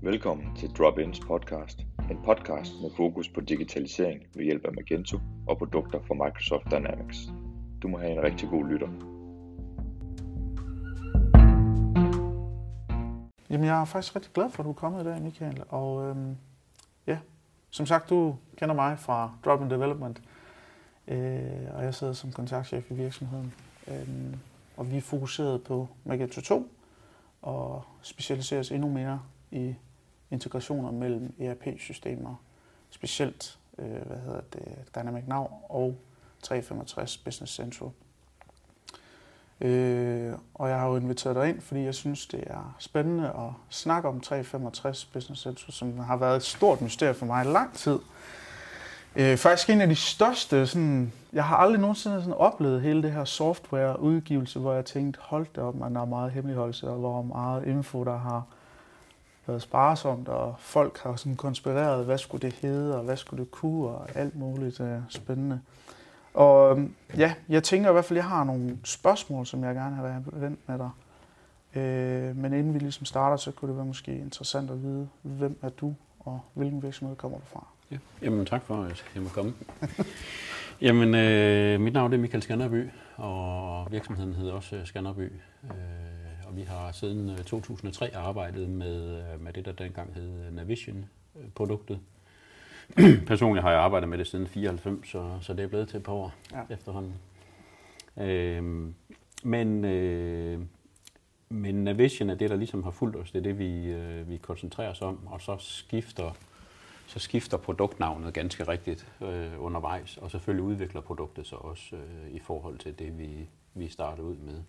Velkommen til Drop-ins podcast, en podcast med fokus på digitalisering ved hjælp af Magento og produkter fra Microsoft Dynamics. Du må have en rigtig god lytter. Jamen, jeg er faktisk rigtig glad for, at du er kommet i dag, Michael. Og som sagt, du kender mig fra Drop-in Development, og jeg sidder som kontaktchef i virksomheden. Og vi er fokuseret på Magento 2 og specialiserer os endnu mere i integrationer mellem ERP-systemer, specielt Dynamics Now og 365 Business Central. Og jeg har jo inviteret dig ind, fordi jeg synes, det er spændende at snakke om 365 Business Central, som har været et stort mysterie for mig i lang tid. Faktisk en af de største, jeg har aldrig nogensinde oplevet hele det her software-udgivelse, hvor jeg tænkte, hold da op, man har meget hemmeligholdelse, og hvor meget info, der har været sparsomt, og folk har sådan konspireret, hvad skulle det hedde, og hvad skulle det kunne, og alt muligt spændende. Og jeg tænker i hvert fald, at jeg har nogle spørgsmål, som jeg gerne har været vendt med dig. Men inden vi ligesom starter, så kunne det være måske interessant at vide, hvem er du, og hvilken virksomhed kommer du fra? Ja. Jamen tak for, at jeg må komme. Jamen, mit navn er Michael Skanderby, og virksomheden hedder også Skanderby. Og vi har siden 2003 arbejdet med det, der dengang hed Navision-produktet. Personligt har jeg arbejdet med det siden 94, så det er blevet til et par år efterhånden. Men Navision er det, der ligesom har fulgt os. Det er det, vi koncentrerer os om, og så skifter produktnavnet ganske rigtigt undervejs, og selvfølgelig udvikler produktet sig også i forhold til det, vi startede ud med.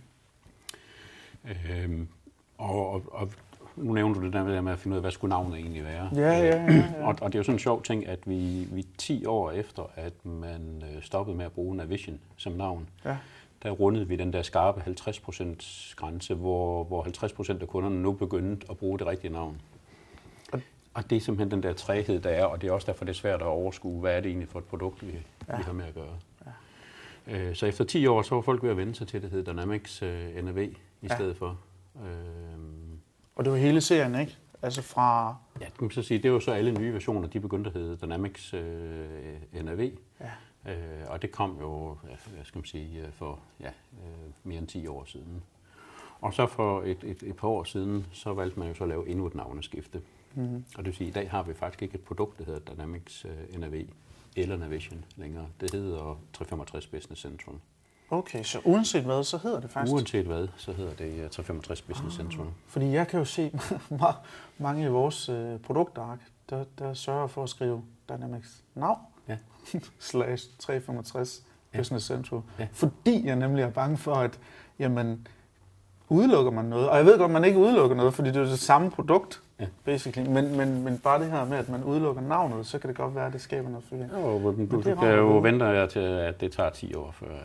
Og nu nævner du det der med at finde ud af, hvad skulle navnet egentlig være. Ja. Og det er jo sådan en sjov ting, at vi 10 år efter, at man stoppede med at bruge Navision som navn, der rundede vi den der skarpe 50% grænse, hvor 50% af kunderne nu begyndte at bruge det rigtige navn. Og det er simpelthen den der træghed, der er, og det er også derfor, det er svært at overskue, hvad er det egentlig for et produkt, vi har med at gøre. Ja. Så efter 10 år, så var folk ved at vende sig til, det hed Dynamics NAV i stedet for. Og det var hele serien, ikke? Altså fra... Ja, det kan man så sige. Det var så alle nye versioner, de begyndte at hedde Dynamics NAV. Ja. Og det kom jo, for mere end 10 år siden. Og så for et par år siden, så valgte man jo så at lave endnu et navneskifte. Mm-hmm. Og det vil sige, at i dag har vi faktisk ikke et produkt, der hedder Dynamics NAV eller Navision længere. Det hedder 365 Business Central. Okay, så uanset hvad, så hedder det faktisk? Uanset hvad, så hedder det 365 Business Central. Fordi jeg kan jo se mange af vores produktark, der sørger for at skrive Dynamics Now /365 Business Central. Ja. Fordi jeg nemlig er bange for, at udelukker man noget. Og jeg ved godt, at man ikke udelukker noget, fordi det er det samme produkt, basically. Men bare det her med, at man udelukker navnet, så kan det godt være, at det skaber noget forvirring. Jo, du kan jo vente jer til, at det tager 10 år før.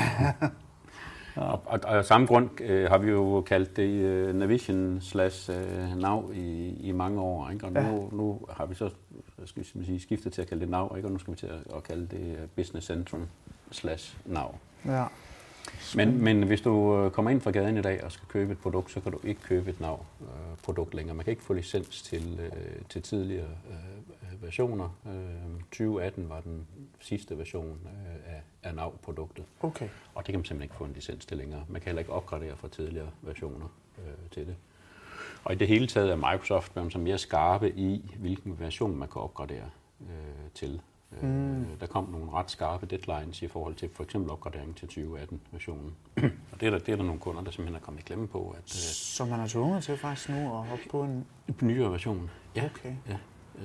Og af samme grund har vi jo kaldt det Navision /Now i mange år. Ikke? Og nu har vi så skiftet til at kalde det Now, ikke? Og nu skal vi til at kalde det Business Central /Now. Ja. Men hvis du kommer ind fra gaden i dag og skal købe et produkt, så kan du ikke købe et NAV-produkt længere. Man kan ikke få licens til tidligere versioner. 2018 var den sidste version af NAV-produktet. Okay. Og det kan man simpelthen ikke få en licens til længere. Man kan heller ikke opgradere fra tidligere versioner til det. Og i det hele taget er Microsoft blevet så mere skarpe i, hvilken version man kan opgradere til. Der kom nogle ret skarpe deadlines i forhold til for eksempel opgradering til 2018-versionen. Og det er der nogle kunder, der simpelthen er kommet i klemme på. Så man er tvunget til faktisk nu at hoppe på en nyere version? Ja. Okay. Ja.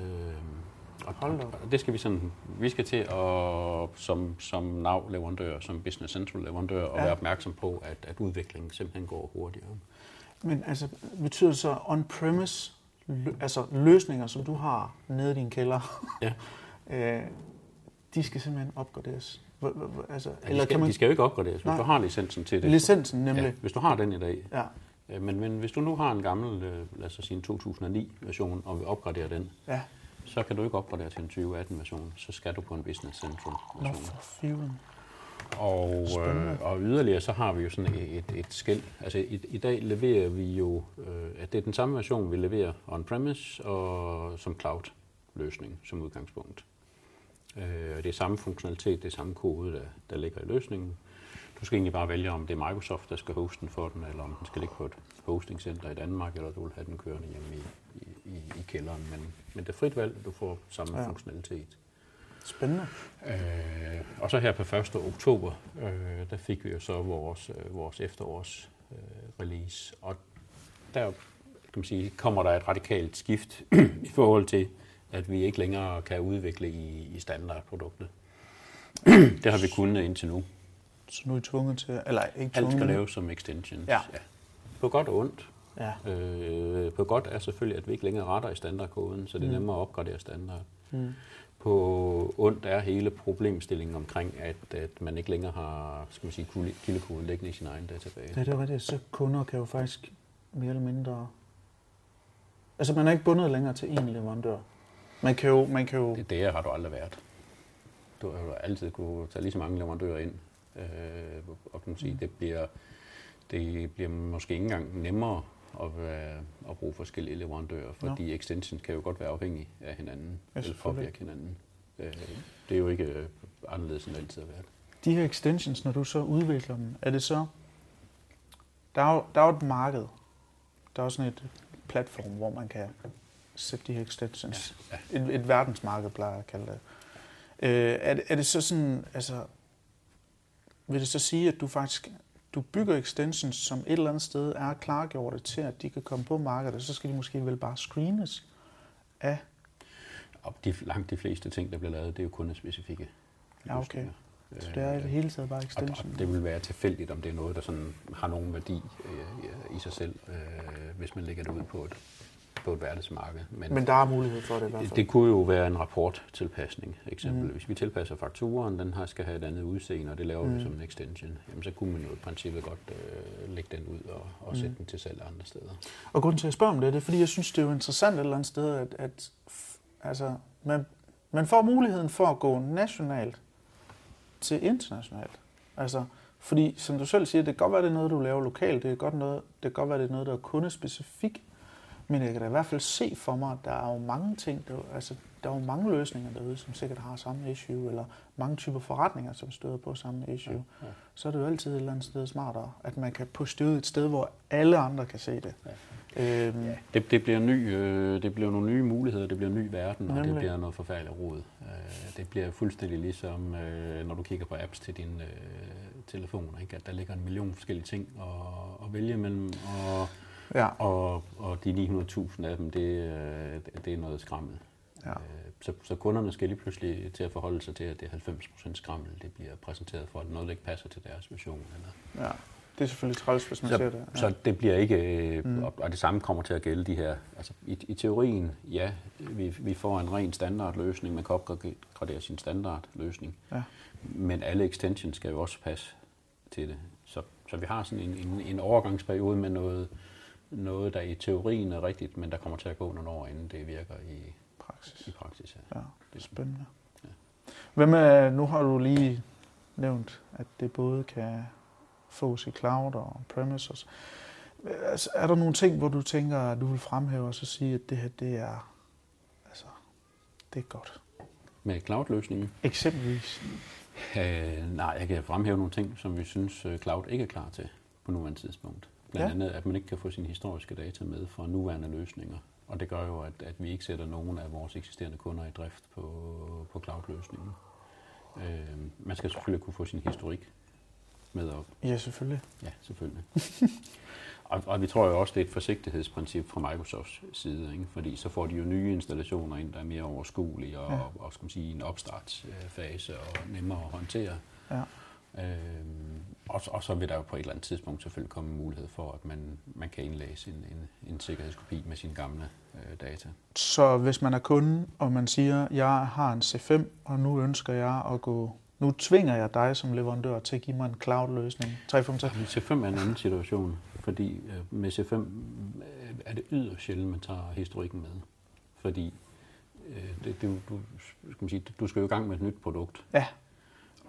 Og det skal vi skal til at som NAV-leverandør, som Business Central-leverandør, og være opmærksom på, at udviklingen simpelthen går hurtigere. Men altså, betyder det så on-premise, altså løsninger, som du har nede i din kælder? Ja. De skal simpelthen opgraderes. De skal jo ikke opgraderes, hvis du har licensen til det. Licensen nemlig. Ja, hvis du har den i dag. Ja. Men hvis du nu har en gammel, lad os sige en 2009-version, og vil opgradere den, så kan du ikke opgradere til en 2018-version. Så skal du på en Business Central-version. Og yderligere så har vi jo sådan et skel. Altså i dag leverer vi jo, at det er den samme version, vi leverer on-premise og som cloud-løsning som udgangspunkt. Det er samme funktionalitet, det er samme kode, der ligger i løsningen. Du skal egentlig bare vælge, om det er Microsoft, der skal hoste den for den, eller om den skal ligge på et hostingcenter i Danmark, eller du vil have den kørende hjemme i kælderen. Men det er frit valg, du får samme funktionalitet. Spændende. Og så her på 1. oktober, der fik vi jo så vores efterårs release. Og der kan man sige, kommer der et radikalt skift i forhold til, at vi ikke længere kan udvikle i standardproduktet. Det har vi kunnet indtil nu. Så nu er I tvunget til, eller ikke tvunget? Alt skal laves som extensions. Ja. På godt og ondt. Ja. På godt er selvfølgelig, at vi ikke længere retter i standardkoden, så det er nemmere at opgradere standard. På ondt er hele problemstillingen omkring, at man ikke længere har, skal man sige, kildekode liggende i sin egen database. Ja, det er rigtigt. Så kunder kan jo faktisk mere eller mindre... Altså, man er ikke bundet længere til én leverandør. Man kan jo... Det har du aldrig været. Du har altid kunne tage lige så mange leverandører ind. Og kan man sige, det bliver måske ikke engang nemmere at bruge forskellige leverandører, fordi extensions kan jo godt være afhængige af hinanden, eller påvirke hinanden. Det er jo ikke anderledes, end det altid har været. De her extensions, når du så udvikler dem, er det så... Der er jo et marked. Der er også sådan et platform, hvor man kan sætte de her extensions. Ja. Et verdensmarked, plejer jeg at kalde det. Er det så sådan, altså... Vil det så sige, at du bygger extensions, som et eller andet sted er klargjort til, at de kan komme på markedet, så skal de måske vel bare screenes af? Og langt de fleste ting, der bliver lavet, det er jo kundespecifikke. Ja, okay. Så det er i det hele taget bare extension? Og det vil være tilfældigt, om det er noget, der sådan har nogen værdi i sig selv, hvis man lægger det ud på et verdensmarked. Men der er mulighed for det i hvert fald? Det kunne jo være en rapporttilpasning, eksempelvis. Hvis vi tilpasser fakturaen, den her skal have et andet udseende, og det laver vi som en extension, jamen, så kunne man jo i princippet godt lægge den ud og sætte den til salg andre steder. Og grunden til at spørge om det er, fordi jeg synes, det er jo interessant et eller andet sted, at altså, man får muligheden for at gå nationalt til internationalt. Altså, fordi, som du selv siger, det kan godt være, det er noget, du laver lokalt, det kan godt være, det er noget, der er kundespecifikt, men jeg kan da i hvert fald se for mig, at der er jo mange ting, der er jo mange løsninger derude, som sikkert har samme issue, eller mange typer forretninger, som støder på samme issue. Ja. Så er det jo altid et eller andet sted smartere, at man kan pushe det ud et sted, hvor alle andre kan se det. Ja. Det bliver nogle nye muligheder, det bliver en ny verden, og det bliver noget forfærdeligt rod. Det bliver fuldstændig ligesom, når du kigger på apps til din telefon, ikke? At der ligger 1 million forskellige ting at vælge mellem, og de 900.000 af dem, det er noget skrammel. Ja. Så kunderne skal lige pludselig til at forholde sig til, at det er 90% skrammel, det bliver præsenteret for, at noget ikke passer til deres version. Eller. Ja, det er selvfølgelig træls, hvis man ser det. Ja. Så det bliver ikke, og det samme kommer til at gælde de her. Altså i teorien, ja, vi får en ren standardløsning, man kan opgradere sin standardløsning, men alle extensions skal jo også passe til det. Så vi har sådan en overgangsperiode med noget, der i teorien er rigtigt, men der kommer til at gå nogle år, inden det virker i praksis. Ja, det er spændende. Ja. Nu har du lige nævnt, at det både kan fås i cloud og premises. Altså, er der nogle ting, hvor du tænker, at du vil fremhæve og så sige, at det her, det er godt? Med cloud-løsningen? Eksempelvis. Nej, jeg kan fremhæve nogle ting, som vi synes, cloud ikke er klar til på nuværende tidspunkt. Blandt andet, at man ikke kan få sine historiske data med fra nuværende løsninger. Og det gør jo, at vi ikke sætter nogen af vores eksisterende kunder i drift på cloud-løsningen. Man skal selvfølgelig kunne få sin historik med op. Ja, selvfølgelig. Ja, selvfølgelig. og vi tror jo også, det er et forsigtighedsprincip fra Microsofts side, ikke? Fordi så får de jo nye installationer ind, der er mere overskuelige og skal man sige, en opstartsfase og nemmere at håndtere. Ja. Og så vil der jo på et eller andet tidspunkt selvfølgelig komme mulighed for, at man kan indlæse en sikkerhedskopi med sine gamle data. Så hvis man er kunde, og man siger, jeg har en C5, og nu ønsker jeg at gå... Nu tvinger jeg dig som leverandør til at give mig en cloud-løsning. 365. C5 er en anden situation, fordi med C5 er det yderst sjældent, man tager historikken med. Fordi du skal jo i gang med et nyt produkt. Ja.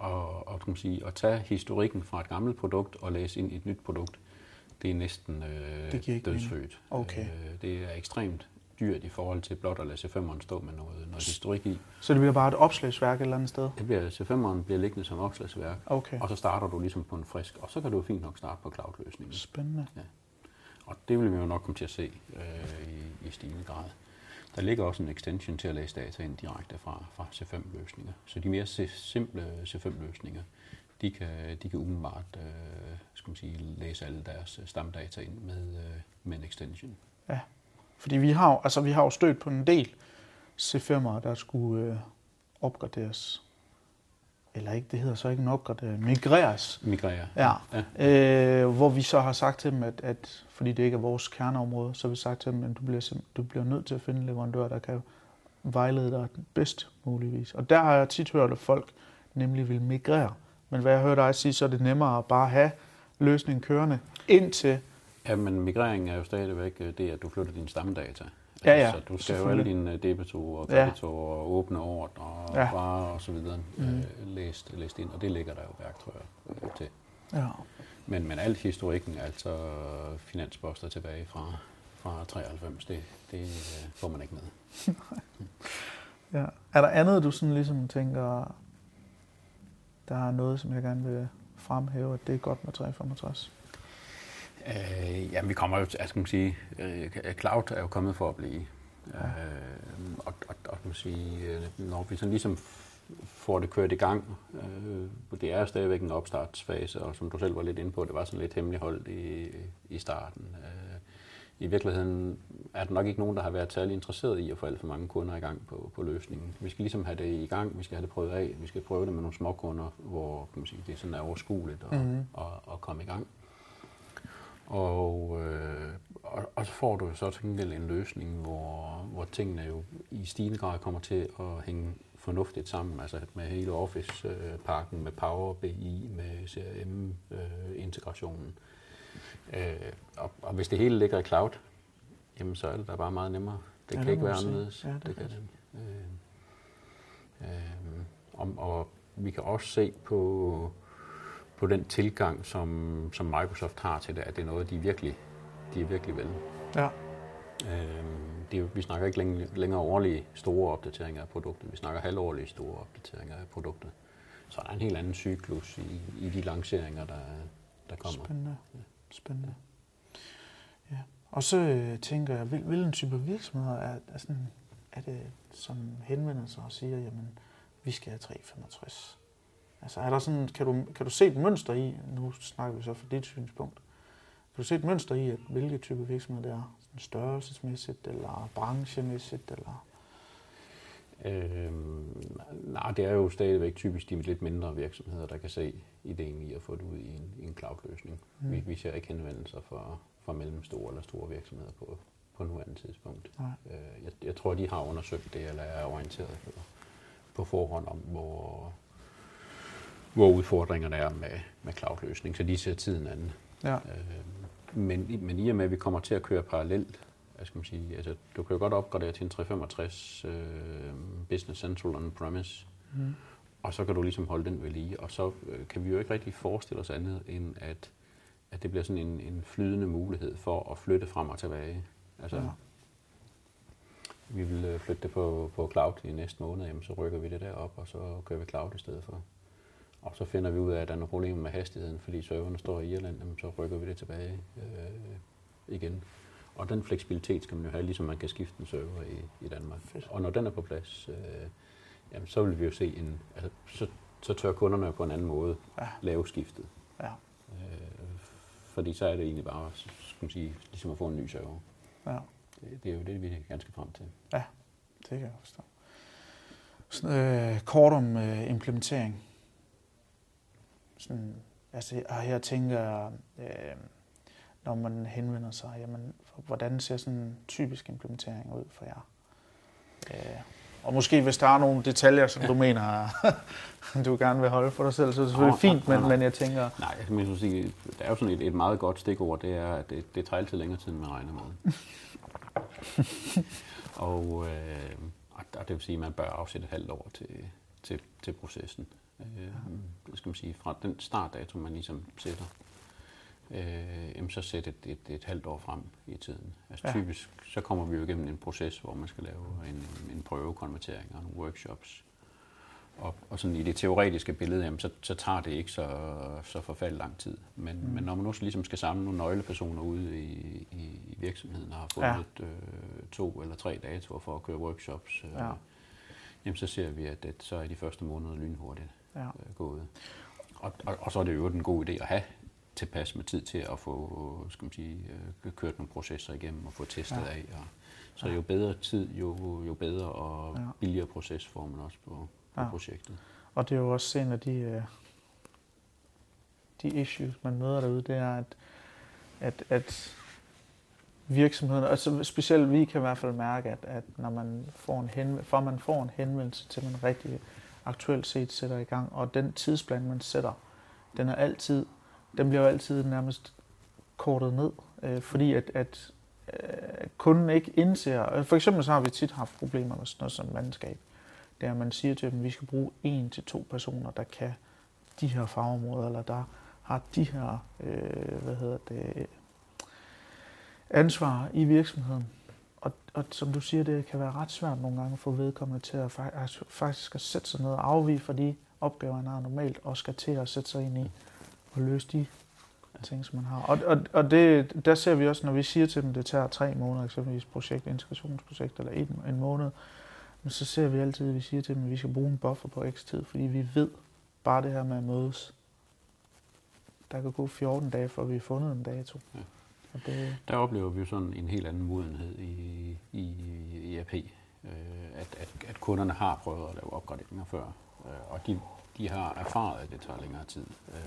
Og kan man sige, at tage historikken fra et gammelt produkt og læse ind i et nyt produkt, det er næsten dødsfødt. Okay. Det er ekstremt dyrt i forhold til blot at lade C5'eren stå med noget historik i. Så det bliver bare et opslagsværk et eller andet sted? C5'eren bliver liggende som opslagsværk, okay. Og så starter du ligesom på en frisk, og så kan du fint nok starte på cloud-løsningen. Spændende. Ja. Og det vil vi jo nok komme til at se i stigende grad. Der ligger også en extension til at læse data ind direkte fra C5-løsninger. Så de mere simple C5-løsninger, de kan umiddelbart læse alle deres stamdata ind med en extension. Ja, fordi vi har jo stødt på en del C5'ere, der skulle opgraderes. Eller ikke, det hedder så ikke en opgradering, migreres. Ja. Hvor vi så har sagt til dem, at fordi det ikke er vores kerneområde, så har vi sagt til dem, at du bliver nødt til at finde en leverandør, der kan vejlede dig bedst muligvis. Og der har jeg tit hørt, at folk nemlig vil migrere. Men hvad jeg hørte dig sige, så er det nemmere at bare have løsningen kørende indtil... Ja, men migreringen er jo stadigvæk det, at du flytter dine stammedata. Ja, så du skal jo alle dine debitorer og kreditorer og åbne ordre og varer og så videre læst ind, og det ligger der jo værktøjer til. Ja. Men alt historikken, altså finansposter tilbage fra 93, det får man ikke med. Ja. Er der andet, du sådan ligesom tænker, der er noget, som jeg gerne vil fremhæve, at det er godt med 365? Jamen, vi kommer jo til, man sige, cloud er jo kommet for at blive. Og man sige, når vi sådan ligesom får det kørt i gang, det er jo stadigvæk en opstartsfase, og som du selv var lidt inde på, det var sådan lidt hemmeligholdt i starten. I virkeligheden er der nok ikke nogen, der har været særlig interesseret i at få alt for mange kunder i gang på løsningen. Vi skal ligesom have det i gang, vi skal have det prøvet af, vi skal prøve det med nogle små kunder, hvor kan man sige, det sådan er overskueligt at komme i gang. Og så får du så til gengæld en løsning, hvor tingene jo i stigende grad kommer til at hænge fornuftigt sammen, altså med hele Office-pakken, med Power BI, med CRM-integrationen. Og hvis det hele ligger i cloud, jamen så er det da bare meget nemmere. Det kan ikke være anderledes. Ja, det kan det. Og vi kan også se på den tilgang, som Microsoft har til det, at det er noget, de er virkelig vil. Ja. Vi snakker ikke længere årlige store opdateringer af produktet. Vi snakker halvårlige store opdateringer af produktet. Så der er en helt anden cyklus i de lanceringer, der kommer. Spændende. Ja. Og så tænker jeg, hvilken type virksomheder er det, som henvender sig og siger, jamen, vi skal have 365? Altså, er der sådan, kan du se et mønster i, nu snakker vi så fra dit synspunkt, kan du se et mønster i, at hvilke type virksomheder det er? Sådan størrelsesmæssigt, eller branchemæssigt, eller? Nej, det er jo stadigvæk typisk de lidt mindre virksomheder, der kan se ideen i at få det ud i en cloud-løsning. Vi ser ikke henvendelser fra mellemstore eller store virksomheder på nuværende tidspunkt. Jeg tror, de har undersøgt det, eller er orienteret på forhånd om, hvor udfordringerne er med cloud-løsning, så de ser tiden anden. Ja. Men i og med, at vi kommer til at køre parallelt, altså, du kan jo godt opgradere til en 365 Business Central on-premise, og så kan du ligesom holde den ved lige, og så kan vi jo ikke rigtig forestille os andet, end at det bliver sådan en flydende mulighed for at flytte frem og tilbage. Altså, vi vil flytte det på cloud i næste måned, jamen, så rykker vi det derop, og så kører vi cloud i stedet for. Og så finder vi ud af, at der er nogle problemer med hastigheden, fordi serverne står i Irland, jamen, så rykker vi det tilbage igen. Og den fleksibilitet skal man jo have, ligesom man kan skifte en server i Danmark. Fedt. Og når den er på plads, jamen, så vil vi jo se så tør kunderne på en anden måde lave skiftet. Ja. Fordi så er det egentlig bare, skal man sige, ligesom at få en ny server. Ja. Det er jo det, vi er ganske frem til. Ja, det kan jeg forstå. Kort om implementering. Sådan, altså, her tænker jeg, når man henvender sig, jamen, hvordan ser sådan en typisk implementering ud for jer? Og måske hvis der er nogle detaljer, som du mener, du gerne vil holde for dig selv, så er det selvfølgelig fint, men jeg tænker... Nej, jeg kan sige, der er jo sådan et meget godt stikord, det er, at det tager altid længere tid, end man regner med. Og det vil sige, at man bør afsætte et halvt år til processen. Skal man sige, fra den startdato, man ligesom sætter, så sæt et halvt år frem i tiden. Altså typisk, så kommer vi jo igennem en proces, hvor man skal lave en prøvekonvertering og nogle workshops. Og sådan i det teoretiske billede, jamen, så tager det ikke så forfærdeligt lang tid. Men når man nu ligesom skal samle nogle nøglepersoner ude i virksomheden og har fundet 2 eller 3 datoer for at køre workshops, jamen, så ser vi, at så er de første måneder lynhurtigt gået. Og så er det jo en god idé at have tilpas med tid til at få, skal man sige, kørt nogle processer igennem og få testet af. Og så jo bedre tid, jo bedre og billigere proces får man også på projektet. Og det er jo også en af de issues, man møder derude, det er, at virksomheden, altså specielt vi kan i hvert fald mærke, at når man får en henvendelse til, man rigtig aktuelt set sætter i gang, og den tidsplan, man sætter, den bliver jo altid nærmest kortet ned, fordi at kunden ikke indser, for eksempel så har vi tit haft problemer med sådan noget som mandskab, der man siger til dem, at vi skal bruge 1 til 2 personer, der kan de her fagområder, eller der har de her ansvar i virksomheden. Og som du siger, det kan være ret svært nogle gange at få vedkommende til at faktisk at sætte sig ned og afvige fra de opgaver, han har normalt, og skal til at sætte sig ind i og løse de ting, som man har. Og det, der ser vi også, når vi siger til dem, at det tager 3 måneder, eksempelvis integrationsprojekt, eller en måned, men så ser vi altid, at vi siger til dem, at vi skal bruge en buffer på x tid, fordi vi ved bare det her med at mødes. Der kan gå 14 dage, før vi har fundet en dato. Ja. Og der oplever vi jo sådan en helt anden modenhed i ERP. At kunderne har prøvet at lave opgraderinger før, og de har erfaret, at det tager længere tid.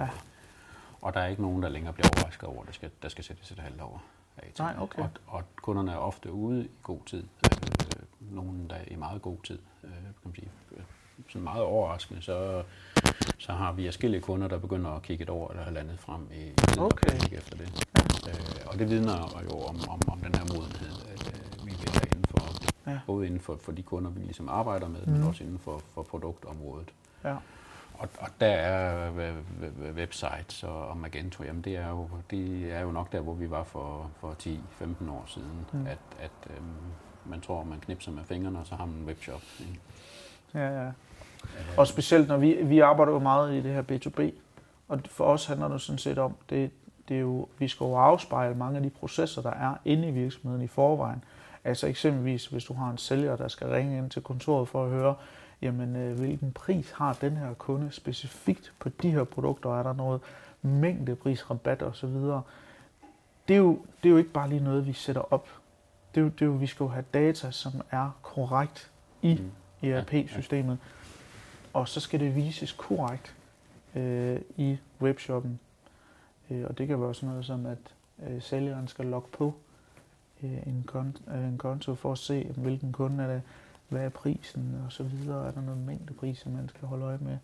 Og der er ikke nogen, der længere bliver overrasket over, at der skal sættes et halvt år af. Nej, okay. Og kunderne er ofte ude i god tid. Nogen, der er i meget god tid. Kan man sige. Sådan meget overraskende, så har vi forskellige kunder, der begynder at kigge et år eller halvandet frem i tiden efter det. Og det vidner jo om den her modenhed, vi vil have inden for, både inden for de kunder, vi ligesom arbejder med, men også inden for produktområdet. Ja. Og der er websites og Magento, jamen det er jo nok der, hvor vi var for 10-15 år siden, at man tror, man knipser med fingrene, og så har man en webshop. Ikke? Ja. Og specielt når vi arbejder jo meget i det her B2B, og for os handler det sådan set om, det er jo, vi skal jo afspejle mange af de processer, der er inde i virksomheden i forvejen. Altså eksempelvis, hvis du har en sælger, der skal ringe ind til kontoret for at høre, jamen hvilken pris har den her kunde specifikt på de her produkter, er der noget mængdepris, rabat og så videre. Det er jo ikke bare lige noget, vi sætter op. Det er jo, vi skal jo have data, som er korrekt i ERP-systemet, og så skal det vises korrekt i webshoppen. Og det kan være sådan noget som, at sælgeren skal logge på en konto for at se, hvilken kunde er det, hvad er prisen og så videre. Er der noget mængdepris, som man skal holde øje med?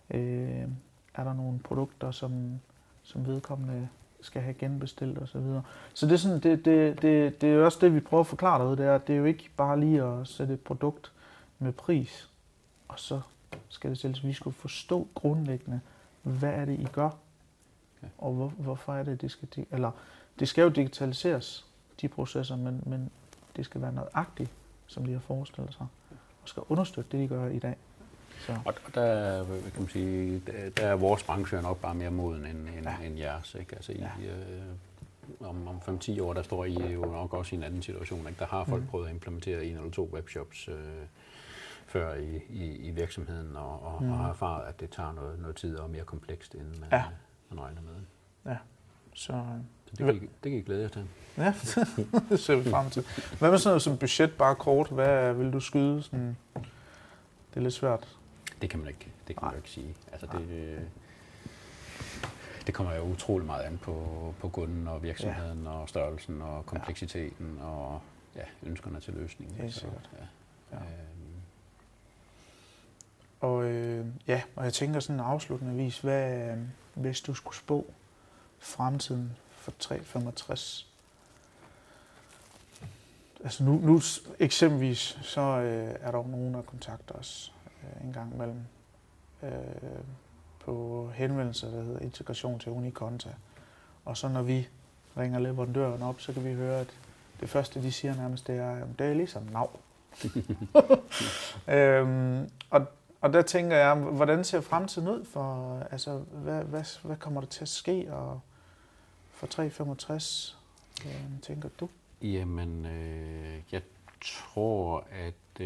Er der nogle produkter, som vedkommende skal have genbestilt og så videre. Så det er sådan, det er også det, vi prøver at forklare derude, det er jo ikke bare lige at sætte et produkt med pris, og så skal det sælges. Vi skal forstå grundlæggende, hvad er det, I gør, og hvorfor er det, det skal jo digitaliseres, de processer, men det skal være nøjagtigt, som de har forestillet sig, og skal understøtte det, de gør i dag. Så. Og der kan man sige, der er vores branche nok bare mere moden end jeres, ikke? Altså om 5-10 år, der står I jo nok også i en anden situation, ikke? Der har folk prøvet at implementere 1 eller 2 webshops før i virksomheden, og har erfaret, at det tager noget tid og mere komplekst, end man regner med. Ja. Så det kan I glæde jer til. Ja, det ser vi frem til. Hvad med sådan noget som budget, bare kort? Hvad vil du skyde? Sådan? Det er lidt svært. Det kan man ikke sige. Altså det kommer jo utrolig meget an på kunden og virksomheden og størrelsen og kompleksiteten og ønskerne til løsningen. Det er sikkert. Og jeg tænker sådan afslutningsvis, hvad hvis du skulle spå fremtiden for 365? Altså nu eksempelvis, så er der jo nogen, der kontakter os en gang imellem på henvendelser, der hedder integration til Unikonta. Og så når vi ringer leverandøren op, så kan vi høre, at det første, de siger nærmest, det er ligesom NAV. Og der tænker jeg, hvordan ser fremtiden ud for, altså, hvad kommer der til at ske og for 365, tænker du? Jamen, jeg tror, at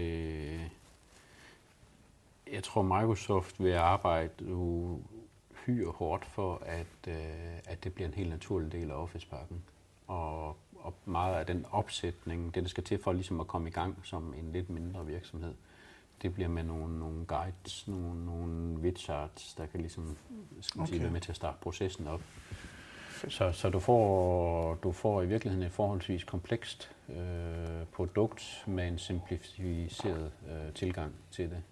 Microsoft vil arbejde uhyre hårdt for, at det bliver en helt naturlig del af Office-pakken. Og meget af den opsætning, det der skal til for ligesom at komme i gang som en lidt mindre virksomhed, det bliver med nogle guides, nogle widgets, der kan ligesom være med til at starte processen op. Så du får i virkeligheden et forholdsvis komplekst produkt med en simplificeret tilgang til det.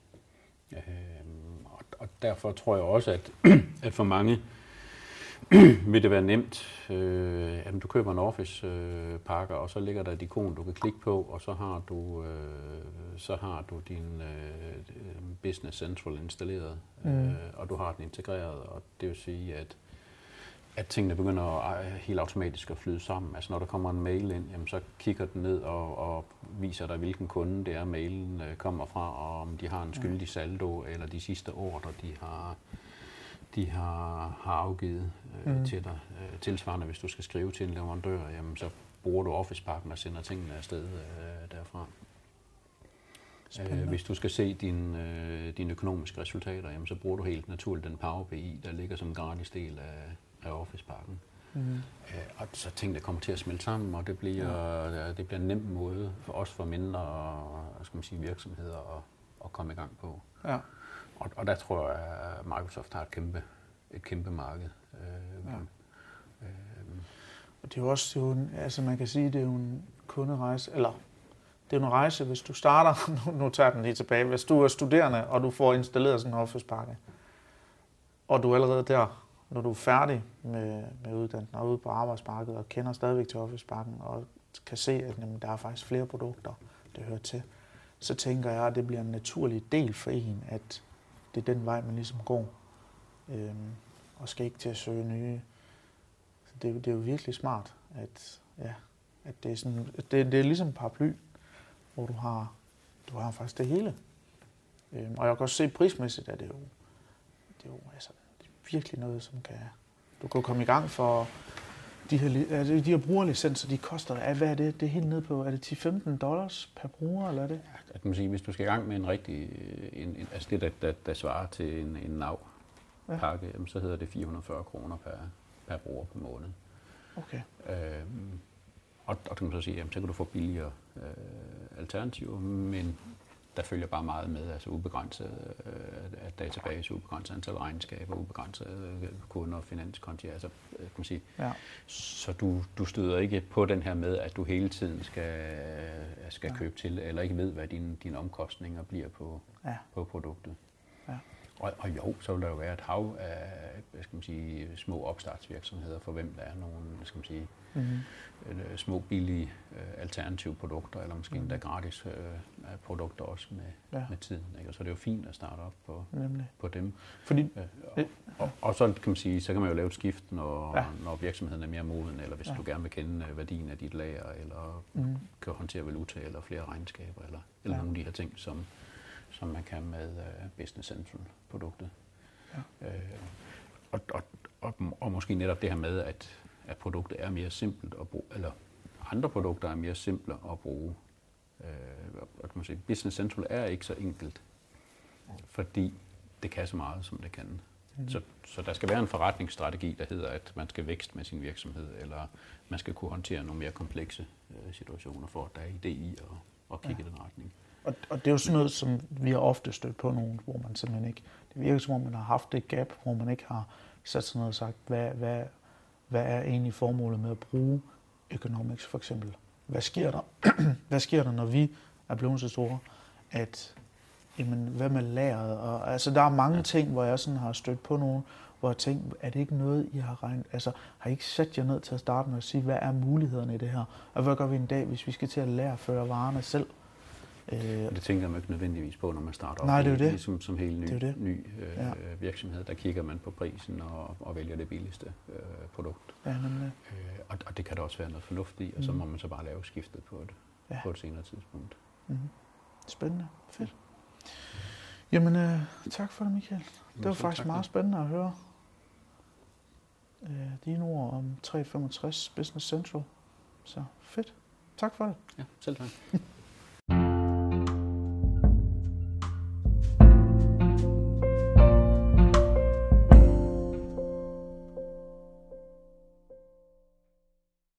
Og derfor tror jeg også, at for mange vil det være nemt, at du køber en Office-pakke, og så ligger der et ikon, du kan klikke på, og så har du din Business Central installeret, og du har den integreret, og det vil sige, at tingene begynder helt automatisk at flyde sammen. Altså når der kommer en mail ind, jamen, så kigger den ned og viser dig, hvilken kunde det er, mailen kommer fra, og om de har en skyldig saldo, eller de sidste ordre, de har afgivet til dig. Tilsvarende, hvis du skal skrive til en leverandør, jamen, så bruger du Office-pakken og sender tingene afsted derfra. Hvis du skal se dine økonomiske resultater, jamen, så bruger du helt naturligt den Power BI, der ligger som en gratis del af Office-pakken. Og så tingene kommer til at smelte sammen, og det bliver en nem måde for os for mindre virksomheder at komme i gang på. Ja. Og der tror jeg, at Microsoft har et kæmpe marked. Og det er jo også, altså man kan sige, det er jo en kunderejse, eller det er jo en rejse, hvis du starter, nu tager den lige tilbage, hvis du er studerende, og du får installeret sådan en Office-pakke, og du er allerede der, når du er færdig med uddannelsen og ude på arbejdsmarkedet, og kender stadigvæk til Office-pakken, og kan se, at der er faktisk flere produkter, det hører til, så tænker jeg, at det bliver en naturlig del for en, at det er den vej, man ligesom går, og skal ikke til at søge nye. Så det er jo virkelig smart, at det er sådan, det er ligesom en paraply, hvor du har faktisk det hele. Og jeg kan også se prismæssigt, at det er jo altså, det er virkelig noget, som du kan komme i gang for de her brugerlicenser, de koster, hvad er det? Det er helt nede på, er det $10-15 per bruger, eller er det? At man siger, hvis du skal i gang med en rigtig, altså det, der svarer til en NAV-pakke, så hedder det 440 kroner per bruger på måned. Okay. Og kan man så sige, jamen, så kan du få billigere alternativer, men der følger bare meget med, altså ubegrænset database, ubegrænset antal regnskaber, ubegrænset kunder og finanskonti, altså kan man sige. Ja. Så du støder ikke på den her med, at du hele tiden skal købe til, eller ikke ved, hvad dine omkostninger bliver på produktet. Ja. Og jo, så vil der jo være et hav af små opstartsvirksomheder, for hvem der er nogle små billige alternative produkter, eller måske endda gratis produkter også med tiden. Ikke? Og så er det jo fint at starte op på dem. Fordi, og så kan man sige, så kan man jo lave et skift, når virksomheden er mere moden, eller hvis du gerne vil kende værdien af dit lager, eller kan håndtere valuta, eller flere regnskaber, eller nogle af de her ting, som man kan med Business Central-produktet. Ja. Og måske netop det her med, at produktet er mere simpelt at bruge, eller andre produkter er mere simple at bruge. Kan man sige, Business Central er ikke så enkelt, fordi det kan så meget, som det kan. Så der skal være en forretningsstrategi, der hedder, at man skal vækste med sin virksomhed, eller man skal kunne håndtere nogle mere komplekse situationer, for at der er idé i at kigge i den retning. Og det er jo sådan noget, som vi har ofte stødt på nogen, hvor man simpelthen ikke, det virker som om man har haft et gap, hvor man ikke har sat sådan noget og sagt, hvad er egentlig formålet med at bruge economics for eksempel? Hvad sker der, når vi er blevet så store, at jamen, hvad med lageret? Og, altså, der er mange ting, hvor jeg sådan har stødt på nogen, hvor jeg tænker, er det ikke noget, I har regnet? Altså, har I ikke sat jer ned til at starte med at sige, hvad er mulighederne i det her? Og hvad gør vi en dag, hvis vi skal til at lære at føre varerne selv? Det tænker man ikke nødvendigvis på, når man starter op. Nej, det er jo det. Ligesom som helt ny Ja. virksomhed, der kigger man på prisen og vælger det billigste produkt. Ja, nemlig. Og det kan der også være noget fornuft i, og så må man så bare lave skiftet på et senere tidspunkt. Mm-hmm. Spændende. Fedt. Jamen, tak for det, Michael. Det var faktisk meget spændende at høre dine ord om 365 Business Central. Så fedt. Tak for det. Ja, selv tak.